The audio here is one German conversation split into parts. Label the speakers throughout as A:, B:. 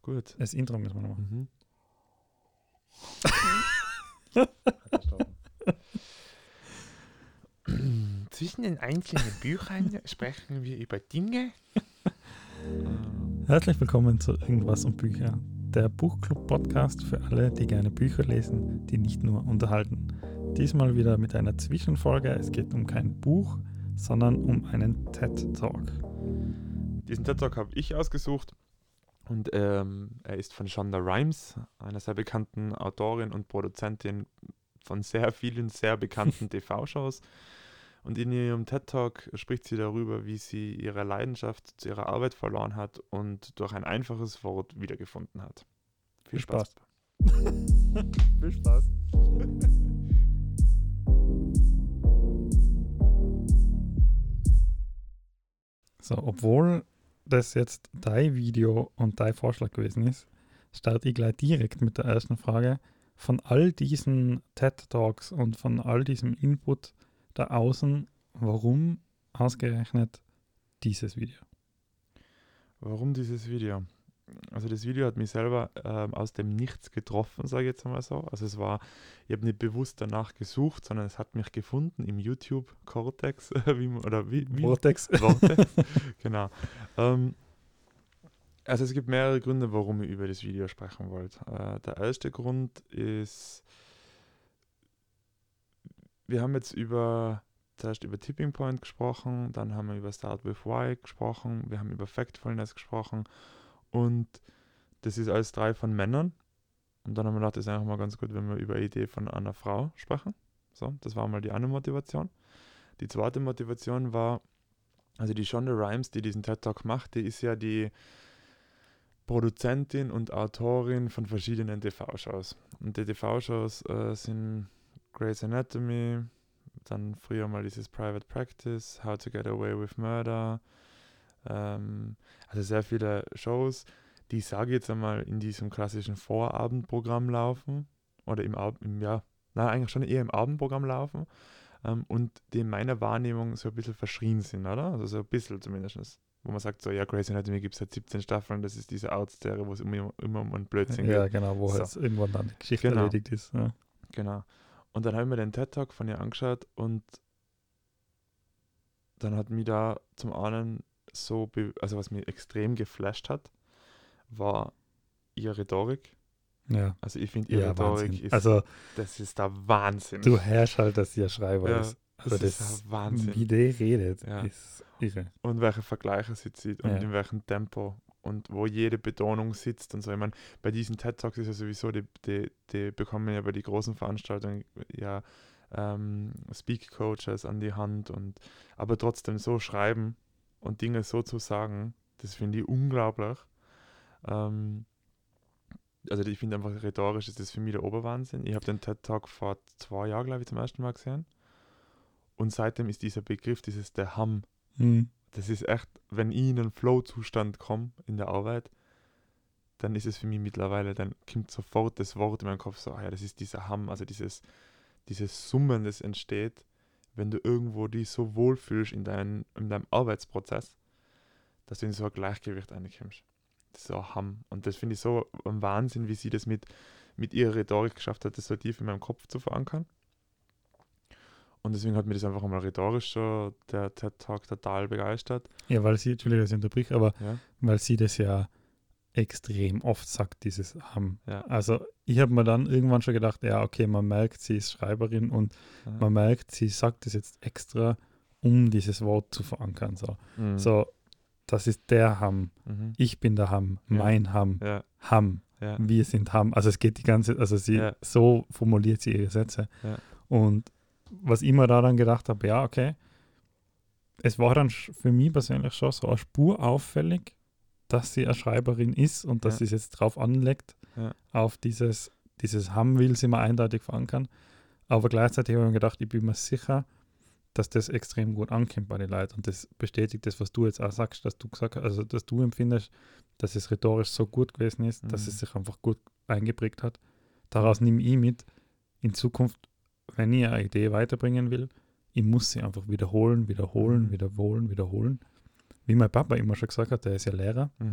A: Gut.
B: Das Intro müssen wir noch machen.
A: Zwischen den einzelnen Büchern sprechen wir über Dinge.
B: Herzlich willkommen zu Irgendwas und Bücher, der Buchclub-Podcast für alle, die gerne Bücher lesen, die nicht nur unterhalten. Diesmal wieder mit einer Zwischenfolge. Es geht um kein Buch, sondern um einen TED-Talk.
A: Diesen TED-Talk habe ich ausgesucht und er ist von Shonda Rhimes, einer sehr bekannten Autorin und Produzentin von sehr vielen sehr bekannten TV-Shows. Und in ihrem TED-Talk spricht sie darüber, wie sie ihre Leidenschaft zu ihrer Arbeit verloren hat und durch ein einfaches Wort wiedergefunden hat. Viel Spaß.
B: Viel Spaß. So, obwohl das jetzt dein Video und dein Vorschlag gewesen ist, starte ich gleich direkt mit der ersten Frage. Von all diesen TED-Talks und von all diesem Input da außen, warum ausgerechnet dieses Video?
A: Warum dieses Video? Also das Video hat mich selber aus dem Nichts getroffen, sage ich jetzt einmal so. Also ich habe nicht bewusst danach gesucht, sondern es hat mich gefunden im YouTube Cortex,
B: Vortex.
A: Vortex, genau. Also es gibt mehrere Gründe, warum ich über das Video sprechen wollte. Der erste Grund ist, wir haben jetzt zuerst über Tipping Point gesprochen, dann haben wir über Start with Why gesprochen, wir haben über Factfulness gesprochen und das ist alles 3 von Männern. Und dann haben wir gedacht, das ist einfach mal ganz gut, wenn wir über eine Idee von einer Frau sprechen. So, das war mal die eine Motivation. Die zweite Motivation war, also die Shonda Rhimes, die diesen TED-Talk macht, die ist ja die Produzentin und Autorin von verschiedenen TV-Shows. Und die TV-Shows sind Grey's Anatomy, dann früher mal dieses Private Practice, How to Get Away with Murder, also sehr viele Shows, die, sage ich jetzt einmal, in diesem klassischen Vorabendprogramm laufen oder eigentlich schon eher im Abendprogramm laufen und die in meiner Wahrnehmung so ein bisschen verschrien sind, oder? Also so ein bisschen zumindest. Wo man sagt, so, ja, Grey's Anatomy gibt es seit 17 Staffeln, das ist diese Arztserie, wo es immer um einen Blödsinn geht.
B: Ja, genau, wo jetzt irgendwann dann die Geschichte erledigt ist. Ja.
A: Genau. Und dann habe ich mir den TED-Talk von ihr angeschaut und dann hat mich da zum einen was mich extrem geflasht hat, war ihre Rhetorik.
B: Ja.
A: Also ich finde ihre Rhetorik das ist der Wahnsinn.
B: Du herrschst halt, dass sie ein Schreiber ist. Also
A: das ist der Wahnsinn.
B: Wie der redet, ist irre.
A: Und welche Vergleiche sie zieht und in welchem Tempo und wo jede Betonung sitzt und so. Ich meine, bei diesen TED-Talks ist ja sowieso, die bekommen ja bei den großen Veranstaltungen Speak-Coaches an die Hand aber trotzdem so schreiben und Dinge so zu sagen, das finde ich unglaublich. Also ich finde einfach rhetorisch ist das für mich der Oberwahnsinn. Ich habe den TED-Talk vor 2 Jahren, glaube ich, zum ersten Mal gesehen. Und seitdem ist dieser Begriff, der Ham, das ist echt, wenn ich in einen Flow-Zustand komme in der Arbeit, dann ist es für mich mittlerweile, dann kommt sofort das Wort in meinen Kopf, so, das ist dieser Ham, also dieses Summen, das entsteht, wenn du irgendwo dich so wohlfühlst in deinem Arbeitsprozess, dass du in so ein Gleichgewicht reinkommst. Das ist so ein Ham. Und das finde ich so ein Wahnsinn, wie sie das mit ihrer Rhetorik geschafft hat, das so tief in meinem Kopf zu verankern. Und deswegen hat mir das einfach einmal rhetorisch schon der TED-Talk total begeistert.
B: Ja, weil sie, Entschuldigung, dass ich unterbrich, aber weil sie das ja extrem oft sagt, dieses Ham.
A: Ja.
B: Also ich habe mir dann irgendwann schon gedacht, ja, okay, man merkt, sie ist Schreiberin und man merkt, sie sagt das jetzt extra, um dieses Wort zu verankern. So, das ist der Ham. Ich bin der Ham. Mein Ham. Ham. Wir sind Ham. Also es geht so formuliert sie ihre Sätze. Und was ich mir da dann gedacht habe, ja, okay, es war dann für mich persönlich schon so eine Spur auffällig, dass sie eine Schreiberin ist und dass sie es jetzt drauf anlegt, auf dieses Ham will sie mal eindeutig verankern. Aber gleichzeitig habe ich mir gedacht, ich bin mir sicher, dass das extrem gut ankommt bei den Leuten. Und das bestätigt das, was du jetzt auch sagst, dass du gesagt hast, also dass du empfindest, dass es rhetorisch so gut gewesen ist, dass es sich einfach gut eingeprägt hat. Daraus nehme ich mit, in Zukunft, wenn ich eine Idee weiterbringen will, ich muss sie einfach wiederholen. Wie mein Papa immer schon gesagt hat, der ist ja Lehrer.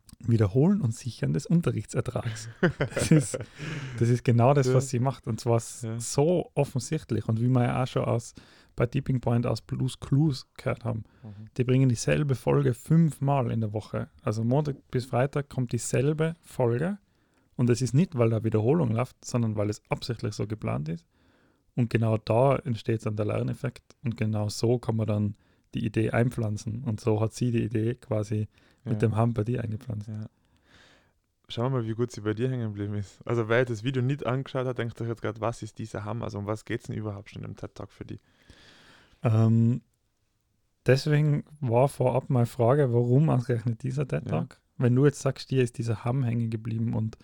B: Wiederholen und Sichern des Unterrichtsertrags. Das ist genau das, was sie macht. Und zwar so offensichtlich. Und wie wir ja auch schon bei Tipping Point aus Blue's Clues gehört haben. Die bringen dieselbe Folge 5-mal in der Woche. Also Montag bis Freitag kommt dieselbe Folge. Und es ist nicht, weil da Wiederholung läuft, sondern weil es absichtlich so geplant ist. Und genau da entsteht dann der Lerneffekt. Und genau so kann man dann die Idee einpflanzen. Und so hat sie die Idee quasi mit dem Hum bei dir eingepflanzt.
A: Ja. Schauen wir mal, wie gut sie bei dir hängen geblieben ist. Also wer das Video nicht angeschaut hat, denkt sich jetzt gerade, was ist dieser Hum? Also um was geht es denn überhaupt schon im TED-Talk für die?
B: Deswegen war vorab meine Frage, warum ausgerechnet dieser TED-Talk? Ja. Wenn du jetzt sagst, dir ist dieser Hum hängen geblieben und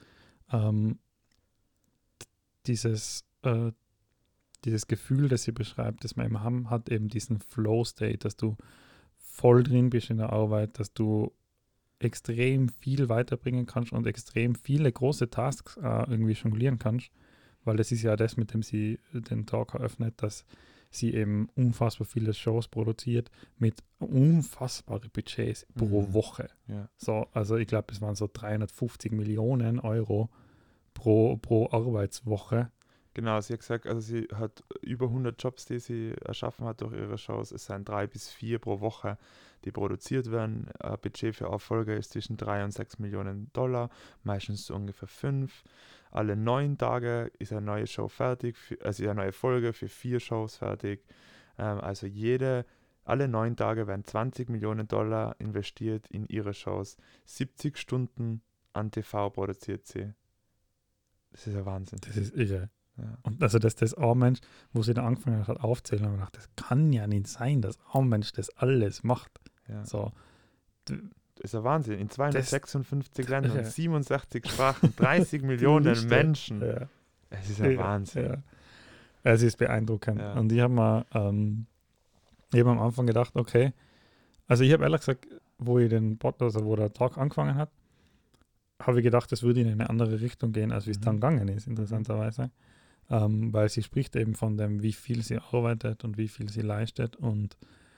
B: dieses Gefühl, das sie beschreibt, das man im Hum hat, eben diesen Flow-State, dass du voll drin bist in der Arbeit, dass du extrem viel weiterbringen kannst und extrem viele große Tasks irgendwie jonglieren kannst, weil das ist ja das, mit dem sie den Talk eröffnet, dass sie eben unfassbar viele Shows produziert mit unfassbaren Budgets pro Woche.
A: Ja.
B: So, also ich glaube, es waren so 350 Millionen Euro pro Arbeitswoche.
A: Genau, sie hat gesagt, also sie hat über 100 Jobs, die sie erschaffen hat durch ihre Shows. Es sind 3 bis 4 pro Woche, die produziert werden. Ein Budget für Auffolge ist zwischen 3 und 6 Millionen $, meistens so ungefähr 5. Alle 9 Tage ist eine neue Show fertig, also eine neue Folge für 4 Shows fertig. Also alle 9 Tage werden 20 Millionen $, investiert in ihre Shows. 70 Stunden an TV produziert sie. Das ist ja Wahnsinn.
B: Das ist irre. Ja. Und also, dass das Armensch, wo sie da angefangen hat aufzählen, haben wir gedacht, das kann ja nicht sein, dass Armensch das alles macht.
A: Ja.
B: So.
A: Das ist ja Wahnsinn. In 256 Ländern, 67 Sprachen, 30 Millionen Menschen.
B: Ja.
A: Es ist ja Wahnsinn.
B: Ja. Es ist beeindruckend. Ja. Und ich habe mir am Anfang gedacht, okay, also ich habe ehrlich gesagt, wo der Talk angefangen hat, habe ich gedacht, es würde in eine andere Richtung gehen, als wie es dann gegangen ist, interessanterweise. Weil sie spricht eben von dem, wie viel sie arbeitet und wie viel sie leistet. Und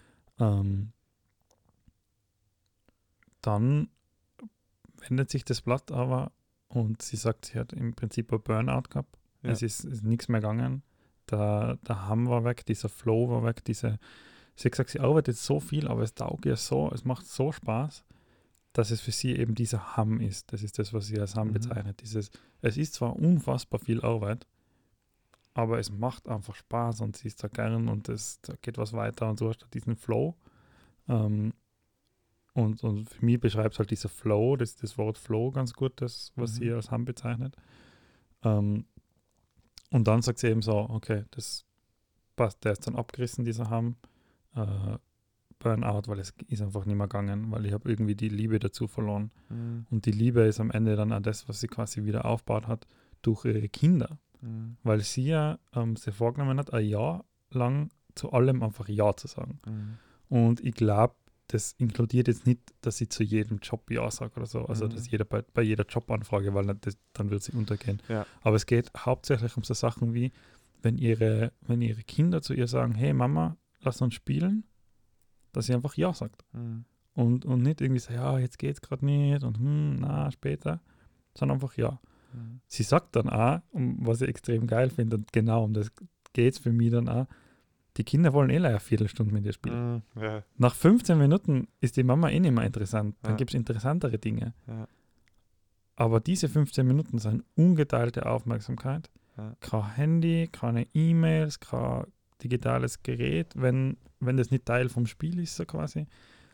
B: dann wendet sich das Blatt aber und sie sagt, sie hat im Prinzip ein Burnout gehabt. Ja. Es ist nichts mehr gegangen. Der Hum war weg, dieser Flow war weg. Sie hat gesagt, sie arbeitet so viel, aber es taugt ihr so, es macht so Spaß, dass es für sie eben dieser Hum ist. Das ist das, was sie als Hum bezeichnet. Es ist zwar unfassbar viel Arbeit, aber es macht einfach Spaß und sie ist da gern und da geht was weiter und so hast du diesen Flow. Und für mich beschreibt halt dieser Flow, das Wort Flow ganz gut, das, was sie als Hum bezeichnet. Und dann sagt sie eben so, okay, das passt, der ist dann abgerissen, dieser Hum. Burnout, weil es ist einfach nicht mehr gegangen, weil ich habe irgendwie die Liebe dazu verloren. Und die Liebe ist am Ende dann auch das, was sie quasi wieder aufgebaut hat durch ihre Kinder. Weil sie ja sich vorgenommen hat, ein Jahr lang zu allem einfach Ja zu sagen. Und ich glaube, das inkludiert jetzt nicht, dass sie zu jedem Job Ja sagt oder so. Also dass jeder bei jeder Jobanfrage, weil dann wird sie untergehen. Ja. Aber es geht hauptsächlich um so Sachen wie, wenn ihre Kinder zu ihr sagen, hey Mama, lass uns spielen, dass sie einfach Ja sagt. Und nicht irgendwie so, ja, jetzt geht's gerade nicht und später, sondern einfach Ja. Sie sagt dann auch, was ich extrem geil finde, und genau um das geht es für mich dann auch, die Kinder wollen eine Viertelstunde mit dir spielen.
A: Ja.
B: Nach 15 Minuten ist die Mama nicht mehr interessant. Dann gibt es interessantere Dinge.
A: Ja.
B: Aber diese 15 Minuten sind ungeteilte Aufmerksamkeit. Ja. Kein Handy, keine E-Mails, kein digitales Gerät, wenn das nicht Teil vom Spiel ist, so quasi.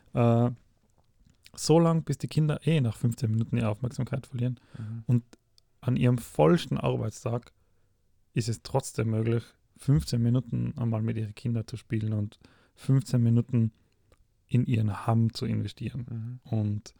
B: So lang, bis die Kinder nach 15 Minuten die Aufmerksamkeit verlieren. Und an ihrem vollsten Arbeitstag ist es trotzdem möglich, 15 Minuten einmal mit ihren Kindern zu spielen und 15 Minuten in ihren Hum zu investieren. Und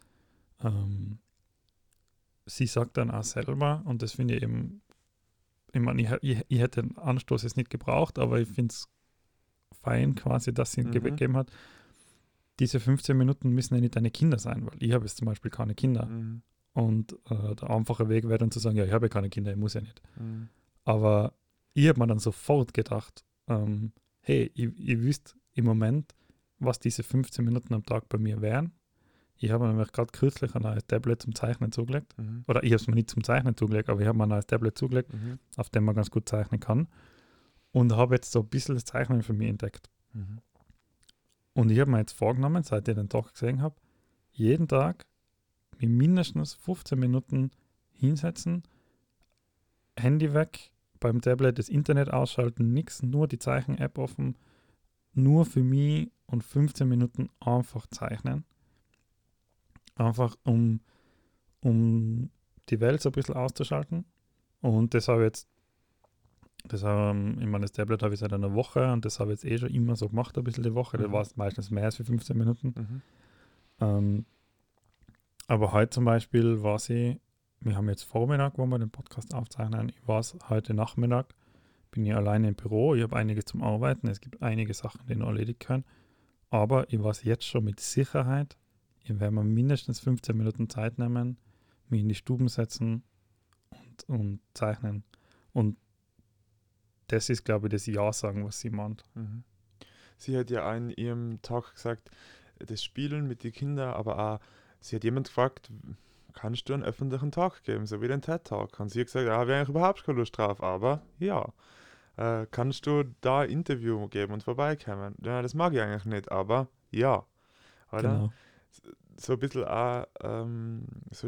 B: sie sagt dann auch selber, und das finde ich eben, ich meine, ich hätte den Anstoß jetzt nicht gebraucht, aber ich finde es fein quasi, dass sie ihn gegeben hat. Diese 15 Minuten müssen ja nicht deine Kinder sein, weil ich habe jetzt zum Beispiel keine Kinder. Und der einfache Weg wäre dann zu sagen, ja, ich habe ja keine Kinder, ich muss ja nicht. Aber ich habe mir dann sofort gedacht, hey, ihr wisst im Moment, was diese 15 Minuten am Tag bei mir wären. Ich habe mir nämlich gerade kürzlich ein neues Tablet zum Zeichnen zugelegt. Oder ich habe es mir nicht zum Zeichnen zugelegt, aber ich habe mir ein neues Tablet zugelegt, auf dem man ganz gut zeichnen kann. Und habe jetzt so ein bisschen das Zeichnen für mich entdeckt. Und ich habe mir jetzt vorgenommen, seit ich den Tag gesehen habe, jeden Tag mit mindestens 15 Minuten hinsetzen, Handy weg, beim Tablet das Internet ausschalten, nichts, nur die Zeichen-App offen, nur für mich und 15 Minuten einfach zeichnen. Einfach um die Welt so ein bisschen auszuschalten. Und das habe ich jetzt, ich meine, das Tablet habe ich seit einer Woche und das habe ich jetzt schon immer so gemacht, ein bisschen die Woche. Das war meistens mehr als für 15 Minuten. Aber heute zum Beispiel wir haben jetzt Vormittag, wo wir den Podcast aufzeichnen. Ich war heute Nachmittag, bin ich alleine im Büro. Ich habe einiges zum Arbeiten. Es gibt einige Sachen, die noch erledigt können. Aber ich weiß jetzt schon mit Sicherheit, ich werde mir mindestens 15 Minuten Zeit nehmen, mich in die Stuben setzen und zeichnen. Und das ist, glaube ich, das Ja-Sagen, was sie meint.
A: Sie hat ja in ihrem Talk gesagt, das Spielen mit den Kindern, aber auch, sie hat jemand gefragt, kannst du einen öffentlichen Talk geben, so wie den TED-Talk? Und sie hat gesagt, ja, habe ich eigentlich überhaupt keine Lust drauf, aber ja. Kannst du da ein Interview geben und vorbeikommen? Ja, das mag ich eigentlich nicht, aber ja. Oder?
B: Genau.
A: So ein bisschen auch so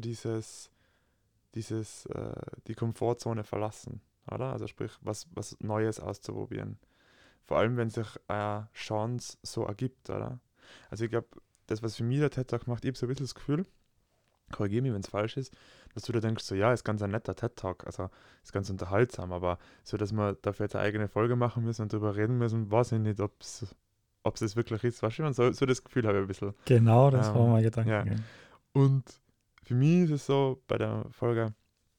A: die Komfortzone verlassen, oder? Also sprich, was Neues auszuprobieren. Vor allem, wenn sich eine Chance so ergibt, oder? Also ich glaube, das, was für mich der TED-Talk macht, ich habe so ein bisschen das Gefühl, korrigiere mich, wenn es falsch ist, dass du da denkst, so ja, ist ganz ein netter TED-Talk, also ist ganz unterhaltsam, aber so, dass wir dafür jetzt eine eigene Folge machen müssen und darüber reden müssen, weiß ich nicht, ob es das wirklich ist. Weißt du, so das Gefühl habe ich ein bisschen.
B: Genau, das war mein Gedanke.
A: Ja. Und für mich ist es so, bei der Folge,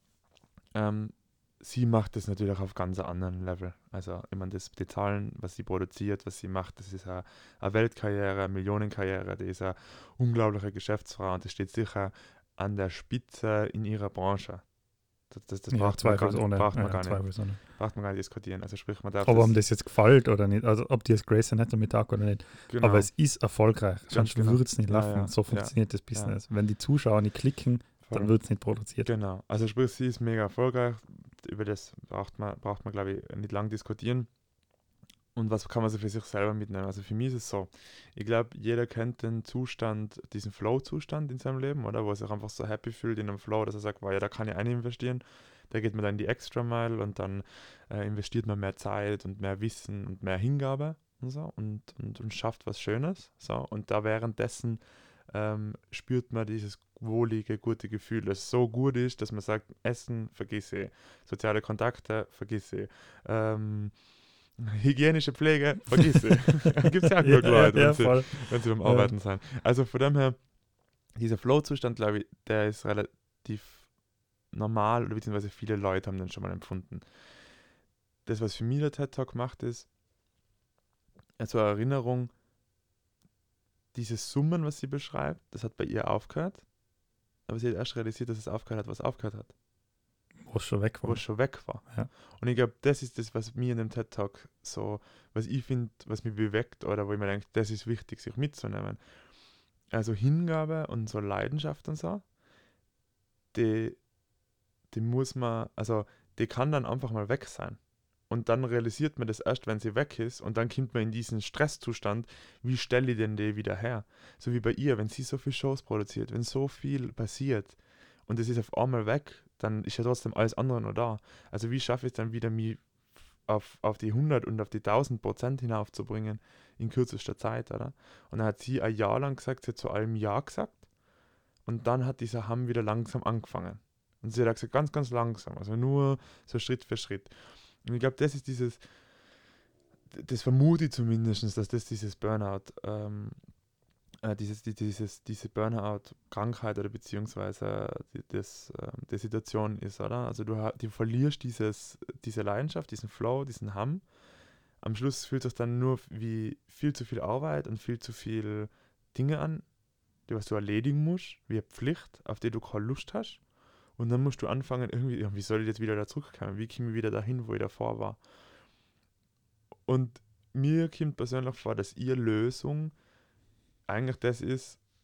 A: sie macht das natürlich auf ganz anderen Level. Also, ich meine, die Zahlen, was sie produziert, was sie macht, das ist eine Weltkarriere, eine Millionenkarriere, die ist eine unglaubliche Geschäftsfrau und die steht sicher an der Spitze in ihrer Branche. Das braucht man gar nicht diskutieren. Also sprich, man darf
B: ob das jetzt gefällt oder nicht, also ob die jetzt Grey's Anatomy Tag oder nicht.
A: Genau.
B: Aber es ist erfolgreich, sonst würde es nicht laufen.
A: Ja.
B: So funktioniert das Business. Wenn die Zuschauer nicht klicken, dann wird es nicht produziert.
A: Genau, also sprich, sie ist mega erfolgreich. Über das braucht man glaube ich, nicht lang diskutieren. Und was kann man so für sich selber mitnehmen? Also für mich ist es so, ich glaube, jeder kennt den Zustand, diesen Flow-Zustand in seinem Leben, oder? Wo er sich einfach so happy fühlt in einem Flow, dass er sagt, wow, ja, da kann ich investieren. Da geht man dann die Extra-Mile und dann investiert man mehr Zeit und mehr Wissen und mehr Hingabe und so und schafft was Schönes. So. Und da währenddessen spürt man dieses wohlige, gute Gefühl, das so gut ist, dass man sagt, Essen, vergiss ich, soziale Kontakte, vergiss ich, hygienische Pflege, vergiss ich. Gibt es ja auch genug Leute, wenn sie beim Arbeiten sind. Also von dem her, dieser Flow-Zustand, glaube ich, der ist relativ normal, oder beziehungsweise viele Leute haben den schon mal empfunden. Das, was für mich der TED-Talk macht, ist, also Erinnerung, dieses Summen, was sie beschreibt, das hat bei ihr aufgehört, aber sie hat erst realisiert, dass es aufgehört hat, was aufgehört hat.
B: Wo es schon weg
A: war.
B: Ja.
A: Und ich glaube, das ist das, was mir in dem TED-Talk so, was ich finde, was mich bewegt oder wo ich mir denke, das ist wichtig, sich mitzunehmen. Also Hingabe und so Leidenschaft und so, die muss man, also die kann dann einfach mal weg sein. Und dann realisiert man das erst, wenn sie weg ist und dann kommt man in diesen Stresszustand, wie stelle ich denn die wieder her? So wie bei ihr, wenn sie so viele Shows produziert, wenn so viel passiert und es ist auf einmal weg, dann ist ja trotzdem alles andere noch da. Also wie schaffe ich es dann wieder, mich auf die 100 und auf die 1000% hinaufzubringen in kürzester Zeit, oder? Und dann hat sie ein Jahr lang gesagt, sie hat zu allem Ja gesagt und dann hat dieser Hamm wieder langsam angefangen. Und sie hat gesagt, ganz, ganz langsam, also nur so Schritt für Schritt. Und ich glaube, das ist das vermute ich zumindest, dass das dieses Burnout, diese Burnout-Krankheit oder beziehungsweise die Situation ist, oder? Also du verlierst diese Leidenschaft, diesen Flow, diesen Hamm. Am Schluss fühlt es dann nur wie viel zu viel Arbeit und viel zu viel Dinge an, die was du erledigen musst, wie eine Pflicht, auf die du keine Lust hast. Und dann musst du anfangen, irgendwie, wie soll ich jetzt wieder da zurückkommen? Wie komme ich wieder dahin, wo ich davor war? Und mir kommt persönlich vor, dass ihre Lösung eigentlich das ist,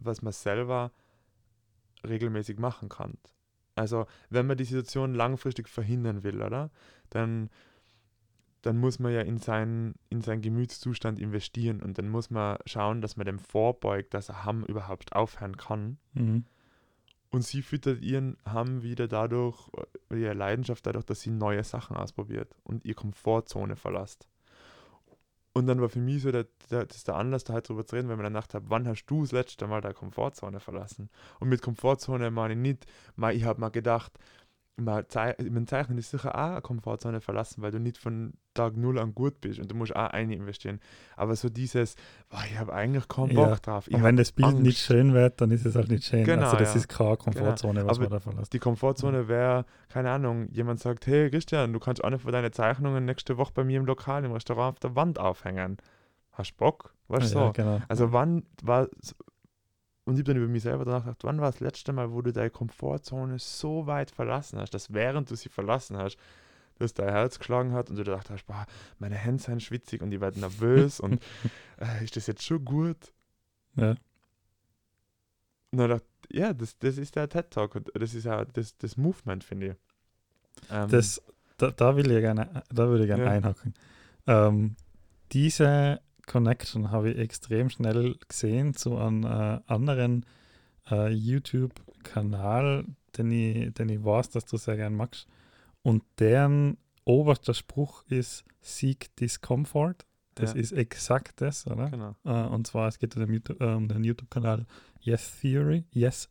A: was man selber regelmäßig machen kann. Also wenn man die Situation langfristig verhindern will, oder? Dann muss man ja in seinen Gemütszustand investieren und dann muss man schauen, dass man dem vorbeugt, dass er Hamm überhaupt aufhören kann.
B: Mhm.
A: Und sie füttert ihren Hamm wieder dadurch, ihre Leidenschaft dadurch, dass sie neue Sachen ausprobiert und ihre Komfortzone verlässt. Und dann war für mich so das ist der Anlass, da halt drüber zu reden, weil man dann gedacht habe, wann hast du das letzte Mal deine Komfortzone verlassen? Und mit Komfortzone meine ich nicht, ich habe mal gedacht, im Zeichnen ist sicher auch eine Komfortzone verlassen, weil du nicht von Tag 0 an gut bist und du musst auch eine investieren. Aber so dieses, ich habe eigentlich keinen Bock drauf.
B: Und wenn das Bild
A: Angst.
B: Nicht schön wird, dann ist es halt nicht schön.
A: Genau,
B: also das ist keine Komfortzone, was
A: aber
B: man da verlässt.
A: Die Komfortzone wäre, keine Ahnung, jemand sagt, hey Christian, du kannst eine von deinen Zeichnungen nächste Woche bei mir im Lokal, im Restaurant auf der Wand aufhängen. Hast du Bock? Weißt du so?
B: Genau.
A: Also wann war und ich habe dann über mich selber danach gedacht, wann war das letzte Mal, wo du deine Komfortzone so weit verlassen hast, dass während du sie verlassen hast, dass dein Herz geschlagen hat und du gedacht hast, meine Hände sind schwitzig und ich werde nervös und ist das jetzt schon gut?
B: Ja.
A: Und dann dachte ich, ja, das ist der TED-Talk und das ist ja das Movement, finde ich.
B: Da würde ich gerne einhaken. Diese Connection habe ich extrem schnell gesehen zu einem anderen YouTube-Kanal, den ich weiß, dass du sehr gern magst. Und deren oberster Spruch ist Seek Discomfort. Das ist exakt das, oder?
A: Genau.
B: Und zwar, es geht um den YouTube-Kanal Yes Theory.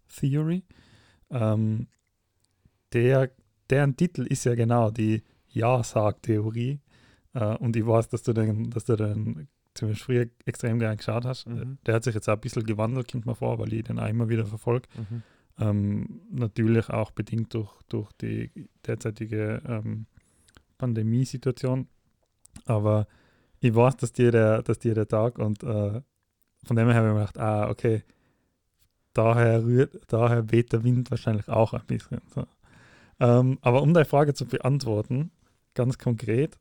B: Deren Titel ist ja genau die Ja-Sag-Theorie. Und ich weiß, dass du den ziemlich früher extrem gern geschaut hast.
A: Mhm.
B: Der hat sich jetzt auch ein bisschen gewandelt, kommt mir vor, weil ich den auch immer wieder verfolge. Natürlich auch bedingt durch die derzeitige Pandemiesituation. Aber ich weiß, dass dir der Tag und von dem her habe ich mir gedacht, okay, daher weht der Wind wahrscheinlich auch ein bisschen. So. Aber um deine Frage zu beantworten, ganz konkret,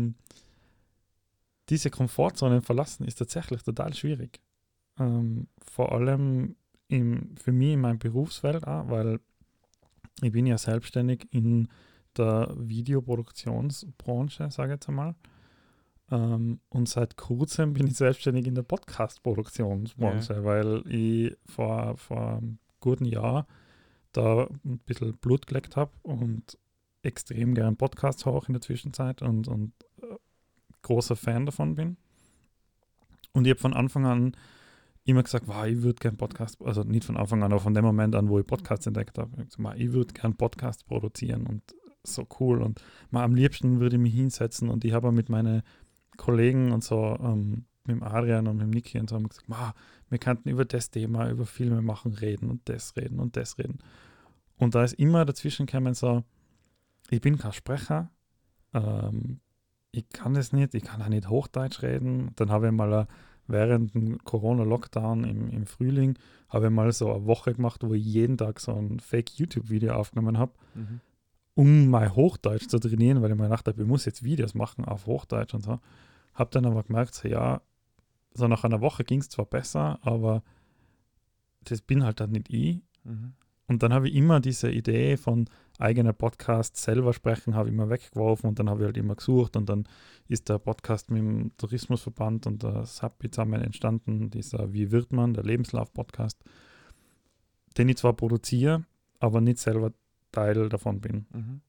B: diese Komfortzone verlassen ist tatsächlich total schwierig. Vor allem für mich in meinem Berufsfeld auch, weil ich bin ja selbstständig in der Videoproduktionsbranche, sage ich jetzt einmal. Und seit kurzem bin ich selbstständig in der Podcast-Produktionsbranche, weil ich vor einem guten Jahr da ein bisschen Blut geleckt habe und extrem gern Podcasts höre in der Zwischenzeit und großer Fan davon bin. Und ich habe von Anfang an immer gesagt, ich würde gern Podcast, also nicht von Anfang an, aber von dem Moment an, wo ich Podcasts entdeckt habe, ich würde gern Podcasts produzieren und so cool und am liebsten würde ich mich hinsetzen und ich habe mit meinen Kollegen und so, mit dem Adrian und mit dem Niki und so, haben gesagt, wir könnten über das Thema, über Filme machen, reden und das reden und das reden. Und da ist immer dazwischen gekommen so, ich bin kein Sprecher, ich kann das nicht, ich kann auch nicht Hochdeutsch reden. Dann habe ich mal während dem Corona-Lockdown im Frühling, habe ich mal so eine Woche gemacht, wo ich jeden Tag so ein Fake-YouTube-Video aufgenommen habe, um mein Hochdeutsch zu trainieren, weil ich mir gedacht habe, ich muss jetzt Videos machen auf Hochdeutsch und so. Habe dann aber gemerkt, so nach einer Woche ging es zwar besser, aber das bin halt dann nicht ich. Und dann habe ich immer diese Idee von eigener Podcast selber sprechen, habe ich immer weggeworfen und dann habe ich halt immer gesucht und dann ist der Podcast mit dem Tourismusverband und der SAPI zusammen entstanden, dieser Wie wird man, der Lebenslauf-Podcast, den ich zwar produziere, aber nicht selber Teil davon bin.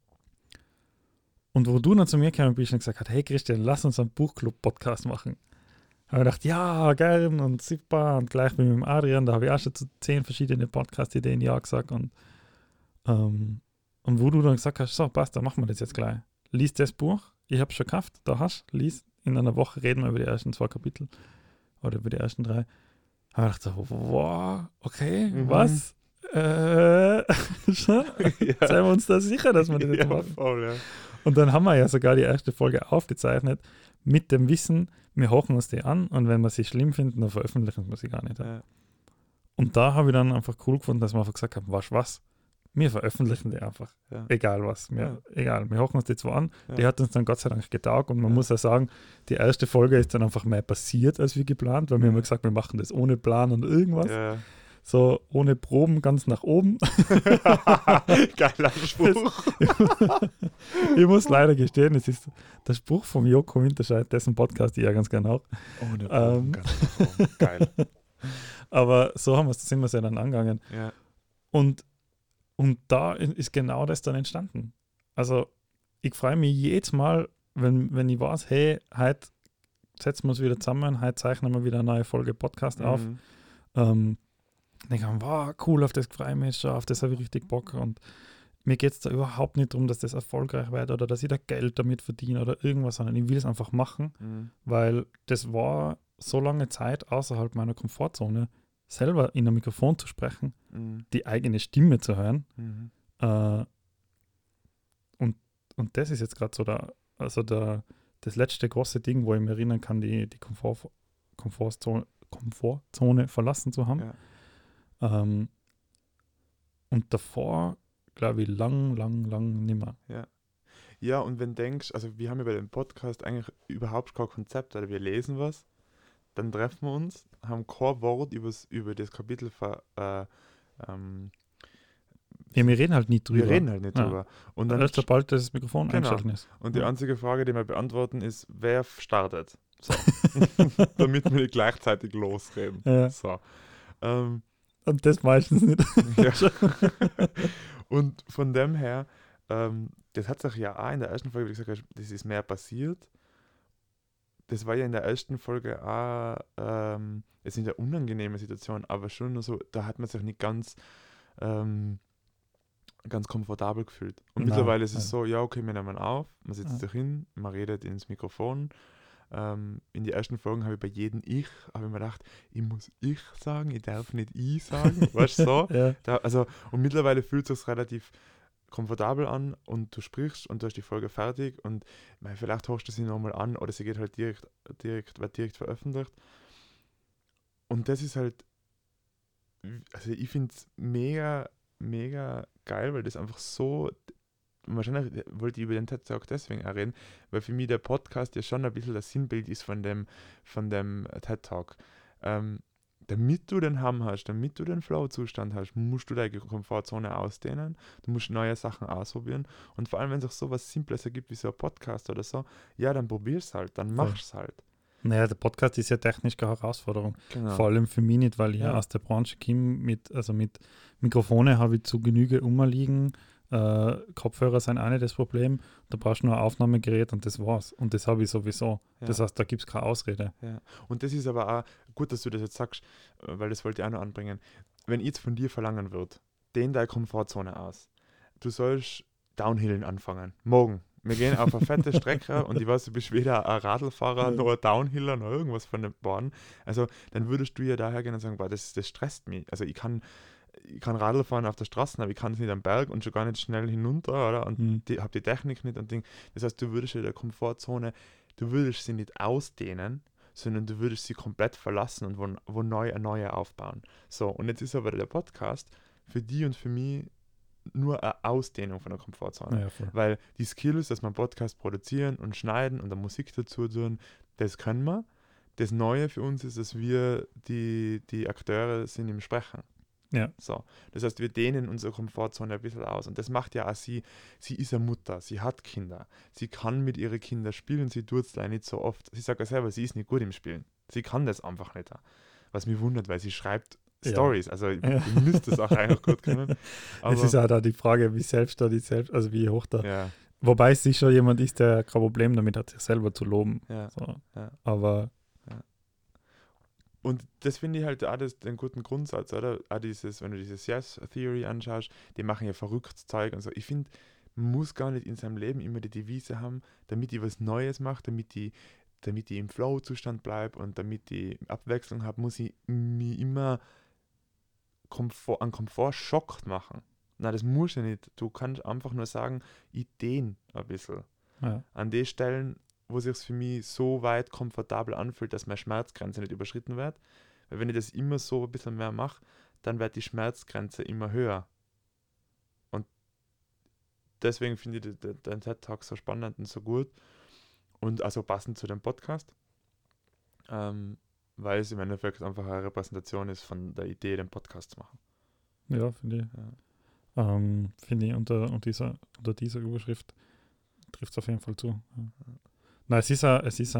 B: Und wo du dann zu mir gekommen bist und gesagt hast, hey Christian, lass uns einen Buchclub-Podcast machen. Habe ich gedacht, ja, gern und super und gleich mit dem Adrian, da habe ich auch schon zu 10 verschiedene Podcast-Ideen ja gesagt und wo du dann gesagt hast, so passt, dann machen wir das jetzt gleich. Lies das Buch, ich habe es schon gekauft, da hast du, lies, in einer Woche reden wir über die ersten 2 Kapitel oder über die ersten 3. Habe ich gedacht, wow, okay, was? Seien wir uns da sicher, dass wir das jetzt machen?
A: Voll, ja.
B: Und dann haben wir ja sogar die erste Folge aufgezeichnet mit dem Wissen, wir hochen uns die an und wenn wir sie schlimm finden, dann veröffentlichen wir sie gar nicht. Ja. Und da habe ich dann einfach cool gefunden, dass wir einfach gesagt haben, was? Wir veröffentlichen die einfach. Ja. Egal was. Egal, wir hochen uns die zwar an, die hat uns dann Gott sei Dank getaugt und man muss ja sagen, die erste Folge ist dann einfach mehr passiert, als wir geplant, weil wir haben gesagt, wir machen das ohne Plan und irgendwas. Ja. so ohne Proben ganz nach oben.
A: Geiler Spruch.
B: Ich muss leider gestehen, es ist der Spruch vom Joko Winterscheid, dessen Podcast ich ja ganz gerne auch.
A: Ohne Proben, ganz nach oben. Geil.
B: Aber so sind wir es ja dann angegangen.
A: Ja.
B: Und da ist genau das dann entstanden. Also ich freue mich jedes Mal, wenn ich weiß, hey, heute setzen wir uns wieder zusammen, heute zeichnen wir wieder eine neue Folge Podcast auf. Denke ich, wow, cool, auf das freue ich mich schon, auf das habe ich richtig Bock. Und mir geht es da überhaupt nicht darum, dass das erfolgreich wird oder dass ich da Geld damit verdiene oder irgendwas, sondern ich will es einfach machen, weil das war so lange Zeit außerhalb meiner Komfortzone, selber in einem Mikrofon zu sprechen, die eigene Stimme zu hören. Und das ist jetzt gerade so das letzte große Ding, wo ich mich erinnern kann, die Komfortzone verlassen zu haben. Ja. Und davor, glaube ich, lang nimmer.
A: Ja, und wenn du denkst, also wir haben ja bei dem Podcast eigentlich überhaupt kein Konzept, oder wir lesen was, dann treffen wir uns, haben kein Wort über das Kapitel
B: ja, wir reden halt nicht drüber.
A: Wir reden halt nicht drüber. Und dann
B: sobald das Mikrofon eingeschaltet ist.
A: Und die einzige Frage, die wir beantworten, ist, wer startet? So. Damit wir nicht gleichzeitig losreden.
B: Ja.
A: So.
B: Und das meistens nicht.
A: Ja. Und von dem her, das hat sich ja auch in der ersten Folge, wie gesagt, das ist mehr passiert. Das war ja in der ersten Folge auch, es sind ja unangenehme Situationen, aber schon nur so, da hat man sich nicht ganz komfortabel gefühlt. Und mittlerweile ist es so, ja, okay, wir nehmen auf, man sitzt sich hin, man redet ins Mikrofon. In die ersten Folgen habe ich bei jedem habe ich mir gedacht, ich muss ich sagen, ich darf nicht ich sagen, weißt du, so.
B: Ja.
A: Und mittlerweile fühlt es sich relativ komfortabel an und du sprichst und du hast die Folge fertig und vielleicht hörst du sie nochmal an oder sie geht halt wird direkt veröffentlicht. Und das ist halt, also ich finde es mega, mega geil, weil das einfach so, wahrscheinlich wollte ich über den TED Talk deswegen auch reden, weil für mich der Podcast ja schon ein bisschen das Sinnbild ist von dem TED Talk. Damit du den Hum hast, damit du den Flow-Zustand hast, musst du deine Komfortzone ausdehnen, du musst neue Sachen ausprobieren und vor allem, wenn es auch so was Simples ergibt wie so ein Podcast oder so, ja, dann probier's halt, dann mach's halt.
B: Naja, der Podcast ist ja technisch keine Herausforderung.
A: Genau.
B: Vor allem für mich nicht, weil ich ja aus der Branche komme, mit Mikrofone habe ich zu Genüge rumliegen, Kopfhörer sind auch nicht das Problem, da brauchst du nur ein Aufnahmegerät und das war's. Und das habe ich sowieso. Ja. Das heißt, da gibt es keine Ausrede.
A: Ja. Und das ist aber auch gut, dass du das jetzt sagst, weil das wollte ich auch noch anbringen. Wenn ich jetzt von dir verlangen würde, dehn deine Komfortzone aus. Du sollst Downhillen anfangen. Morgen. Wir gehen auf eine fette Strecke und ich weiß, du bist weder ein Radlfahrer noch ein Downhiller noch irgendwas von den Bahnen. Also dann würdest du ja daher gehen und sagen, boah, das stresst mich. Also ich kann Radl fahren auf der Straße, aber ich kann es nicht am Berg und schon gar nicht schnell hinunter, oder? Und habe die Technik nicht und Ding. Das heißt, du würdest in der Komfortzone, du würdest sie nicht ausdehnen, sondern du würdest sie komplett verlassen und wo eine neue aufbauen. So, und jetzt ist aber der Podcast für die und für mich nur eine Ausdehnung von der Komfortzone.
B: Ja,
A: weil die Skills, dass man Podcast produzieren und schneiden und dann Musik dazu tun, das können wir. Das Neue für uns ist, dass wir die Akteure sind im Sprechen.
B: Ja.
A: So. Das heißt, wir dehnen unsere Komfortzone ein bisschen aus. Und das macht ja auch sie ist eine Mutter, sie hat Kinder. Sie kann mit ihren Kindern spielen, sie tut es leider nicht so oft. Sie sagt ja selber, sie ist nicht gut im Spielen. Sie kann das einfach nicht. Was mich wundert, weil sie schreibt Stories. Also ihr müsst es auch eigentlich gut können.
B: Aber es ist auch da die Frage, wie hoch da.
A: Ja.
B: Wobei sie schon jemand ist, der kein Problem damit hat, sich selber zu loben.
A: Ja.
B: So.
A: Ja.
B: Aber
A: und das finde ich halt auch den guten Grundsatz, oder? Auch wenn du dieses Yes-Theory anschaust, die machen ja verrücktes Zeug und so. Ich finde, man muss gar nicht in seinem Leben immer die Devise haben, damit ich was Neues mache, damit ich im Flow-Zustand bleibe und damit ich Abwechslung habe, muss ich mich immer einen Komfort-Schock machen. Nein, das musst du nicht. Du kannst einfach nur sagen, ich dehne ein bisschen.
B: Ja.
A: An den Stellen, wo es sich für mich so weit komfortabel anfühlt, dass meine Schmerzgrenze nicht überschritten wird. Weil wenn ich das immer so ein bisschen mehr mache, dann wird die Schmerzgrenze immer höher. Und deswegen finde ich den TED-Talk so spannend und so gut. Und also passend zu dem Podcast. weil es im Endeffekt einfach eine Repräsentation ist von der Idee, den Podcast zu machen.
B: Ja, finde ich.
A: Ja.
B: Finde ich unter dieser Überschrift trifft es auf jeden Fall zu. Ja. Nein, es ist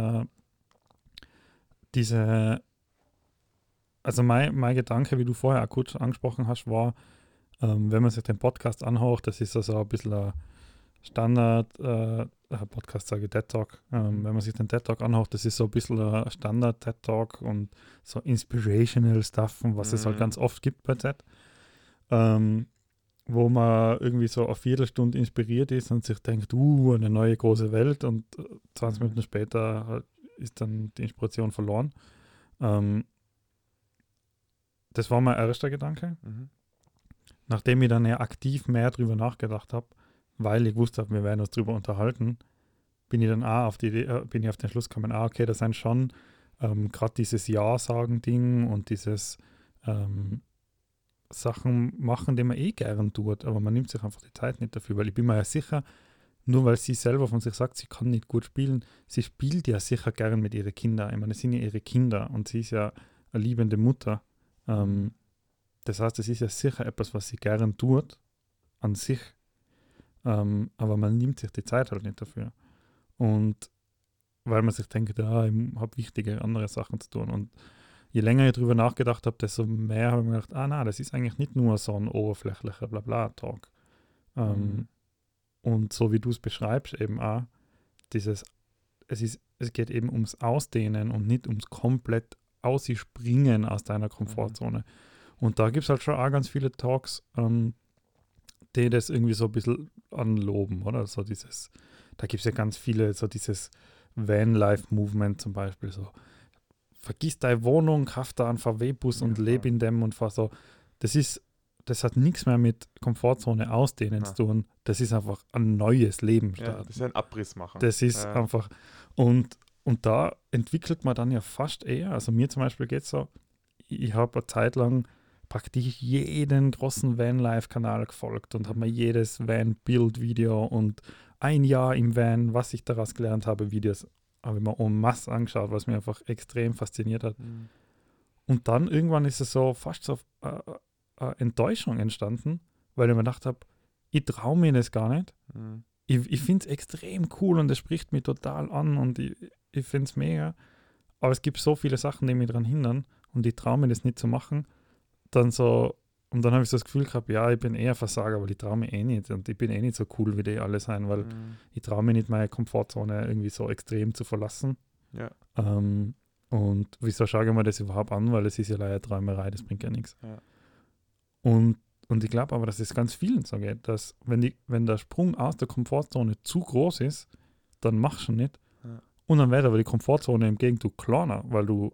B: diese, also mein Gedanke, wie du vorher auch kurz angesprochen hast, war, wenn man sich den Podcast anhört, das ist also ein bisschen ein Standard, Podcast sage ich, TED Talk, wenn man sich den TED Talk anhört, das ist so ein bisschen ein Standard TED Talk und so inspirational Stuff, was es halt ganz oft gibt bei TED, wo man irgendwie so eine Viertelstunde inspiriert ist und sich denkt, eine neue große Welt, und 20 Minuten später ist dann die Inspiration verloren. Das war mein erster Gedanke. Nachdem ich dann ja aktiv mehr drüber nachgedacht habe, weil ich gewusst habe, wir werden uns drüber unterhalten, bin ich dann auch auf den Schluss gekommen, okay, das sind schon gerade dieses Ja-Sagen-Ding und dieses Sachen machen, die man gern tut, aber man nimmt sich einfach die Zeit nicht dafür, weil ich bin mir ja sicher, nur weil sie selber von sich sagt, sie kann nicht gut spielen, sie spielt ja sicher gern mit ihren Kindern. Ich meine, es sind ja ihre Kinder und sie ist ja eine liebende Mutter. Das heißt, es ist ja sicher etwas, was sie gern tut, an sich, aber man nimmt sich die Zeit halt nicht dafür. Und weil man sich denkt, ich habe wichtige andere Sachen zu tun. Und je länger ich darüber nachgedacht habe, desto mehr habe ich mir gedacht, nein, das ist eigentlich nicht nur so ein oberflächlicher Blabla-Talk. Und so wie du es beschreibst, eben auch, es geht eben ums Ausdehnen und nicht ums komplett Ausspringen aus deiner Komfortzone. Und da gibt es halt schon auch ganz viele Talks, die das irgendwie so ein bisschen anloben, oder? So da gibt es ja ganz viele, so dieses Van-Life-Movement zum Beispiel, so vergiss deine Wohnung, kauf da einen VW-Bus und lebe in dem und fahr so. Das hat nichts mehr mit Komfortzone ausdehnen zu tun. Das ist einfach ein neues Leben starten.
A: Das ist ein Abriss machen.
B: Das ist einfach, und da entwickelt man dann ja fast eher, also mir zum Beispiel geht es so, ich habe eine Zeit lang praktisch jeden großen Van-Life-Kanal gefolgt und habe mir jedes Van-Build-Video und ein Jahr im Van, was ich daraus gelernt habe, Videos, habe ich mir en masse angeschaut, was mich einfach extrem fasziniert hat. Und dann irgendwann ist es so fast so Enttäuschung entstanden, weil ich mir gedacht habe, ich traue mir das gar nicht. Ich finde es extrem cool und es spricht mich total an und ich finde es mega. Aber es gibt so viele Sachen, die mich daran hindern und ich traue mir das nicht zu machen. Und dann habe ich so das Gefühl gehabt, ja, ich bin eher Versager, weil ich traue mir nicht und ich bin nicht so cool, wie die alle sein, weil ich traue mir nicht, meine Komfortzone irgendwie so extrem zu verlassen.
A: Ja.
B: Und wieso schaue ich mir das überhaupt an, weil es ist ja leider Träumerei, das bringt ja nichts.
A: Ja.
B: Und ich glaube aber, dass es ganz vielen so geht, dass wenn der Sprung aus der Komfortzone zu groß ist, dann machst du nicht.
A: Ja.
B: Und dann wird aber die Komfortzone im Gegenteil kleiner, weil du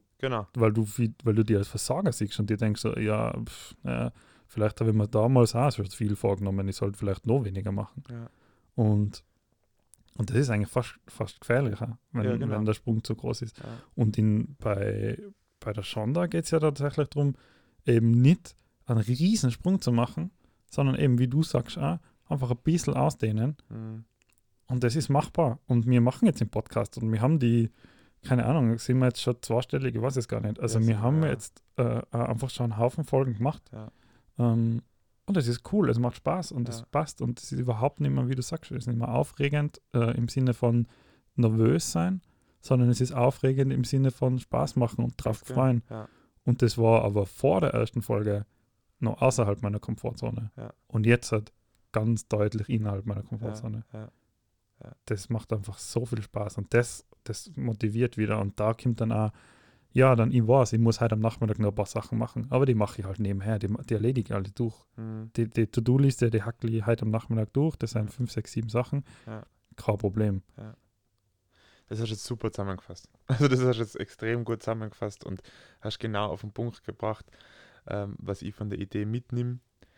B: dir als Versager siehst und dir denkst so, vielleicht habe ich mir damals auch so viel vorgenommen, ich sollte vielleicht noch weniger machen.
A: Ja.
B: Und das ist eigentlich fast gefährlicher, wenn der Sprung zu groß ist.
A: Ja.
B: Und bei der Shonda geht es ja tatsächlich darum, eben nicht einen riesen Sprung zu machen, sondern eben, wie du sagst, auch, einfach ein bisschen ausdehnen. Und das ist machbar. Und wir machen jetzt den Podcast und wir haben keine Ahnung, sind wir jetzt schon zweistellig, ich weiß es gar nicht. Also wir haben jetzt einfach schon einen Haufen Folgen gemacht.
A: Ja.
B: Und das ist cool, es macht Spaß und es passt. Und es ist überhaupt nicht mehr, wie du sagst, es ist nicht mehr aufregend im Sinne von nervös sein, sondern es ist aufregend im Sinne von Spaß machen und drauf freuen.
A: Ja.
B: Und das war aber vor der ersten Folge noch außerhalb meiner Komfortzone.
A: Ja.
B: Und jetzt halt ganz deutlich innerhalb meiner Komfortzone.
A: Ja.
B: Das macht einfach so viel Spaß und das motiviert wieder. Und da kommt dann auch, ja, dann ich muss heute am Nachmittag noch ein paar Sachen machen, aber die mache ich halt nebenher, die erledige ich alle durch. Die To-Do-Liste, die hackle ich heute am Nachmittag durch, das sind 5, 6, 7 Sachen. Kein Problem.
A: Ja. Das hast du jetzt super zusammengefasst. Also das hast du jetzt extrem gut zusammengefasst und hast genau auf den Punkt gebracht, was ich von der Idee mitnehme.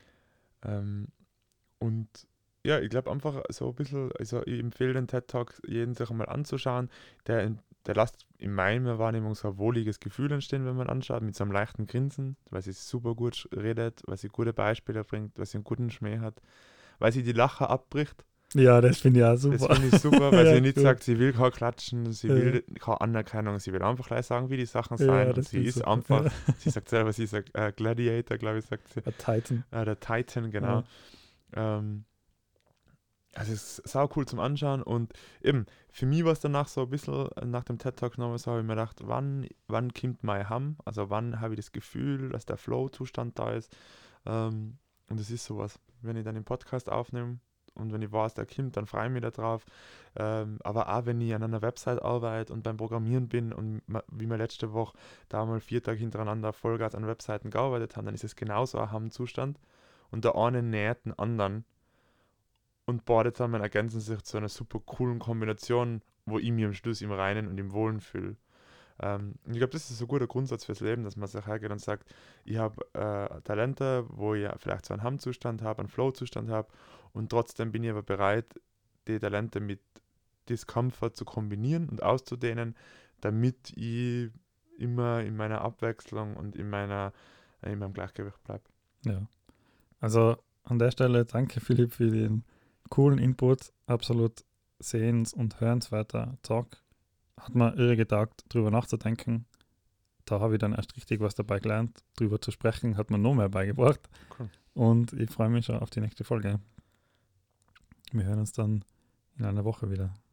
A: Und ja, ich glaube einfach so ein bisschen, also ich empfehle den TED Talk jeden sich einmal anzuschauen. Der lässt in meiner Wahrnehmung so ein wohliges Gefühl entstehen, wenn man anschaut, mit so einem leichten Grinsen, weil sie super gut redet, weil sie gute Beispiele bringt, weil sie einen guten Schmäh hat, weil sie die Lacher abbricht.
B: Ja, das finde ich auch super.
A: Das finde ich super, weil
B: Ja,
A: sie nicht
B: cool.
A: sagt, sie will kein Klatschen, sie will keine Anerkennung, sie will einfach gleich sagen, wie die Sachen
B: Ja,
A: sein. Und
B: das
A: sie
B: finde ich
A: ist
B: super.
A: einfach,
B: Ja.
A: sie sagt selber, sie ist ein Gladiator, glaube ich, sagt sie.
B: A Titan.
A: Der Titan, genau. Also es ist sau cool zum Anschauen und eben, für mich war es danach so ein bisschen, nach dem TED-Talk nochmal so, habe ich mir gedacht, wann kommt mein Ham? Also wann habe ich das Gefühl, dass der Flow-Zustand da ist? Und es ist sowas, wenn ich dann den Podcast aufnehme und wenn ich weiß, der kommt, dann freue ich mich darauf. Aber auch wenn ich an einer Website arbeite und beim Programmieren bin und wie wir letzte Woche da mal 4 Tage hintereinander Vollgas an Webseiten gearbeitet haben, dann ist es genauso ein Ham-Zustand und der eine nährt den anderen. Und beide zusammen ergänzen sich zu einer super coolen Kombination, wo ich mich am Schluss im Reinen und im Wohlen fühle. Und ich glaube, das ist so ein guter Grundsatz fürs Leben, dass man sich hergeht und sagt, ich habe Talente, wo ich vielleicht so einen Hum-Zustand habe, einen Flow-Zustand habe und trotzdem bin ich aber bereit, die Talente mit Discomfort zu kombinieren und auszudehnen, damit ich immer in meiner Abwechslung und in meinem Gleichgewicht bleibe.
B: Ja. Also an der Stelle danke Philipp für den coolen Input. Absolut sehens- und hörenswerter Talk. Hat mir irre getaugt, drüber nachzudenken. Da habe ich dann erst richtig was dabei gelernt. Drüber zu sprechen hat mir noch mehr beigebracht.
A: Cool.
B: Und ich freue mich schon auf die nächste Folge. Wir hören uns dann in einer Woche wieder.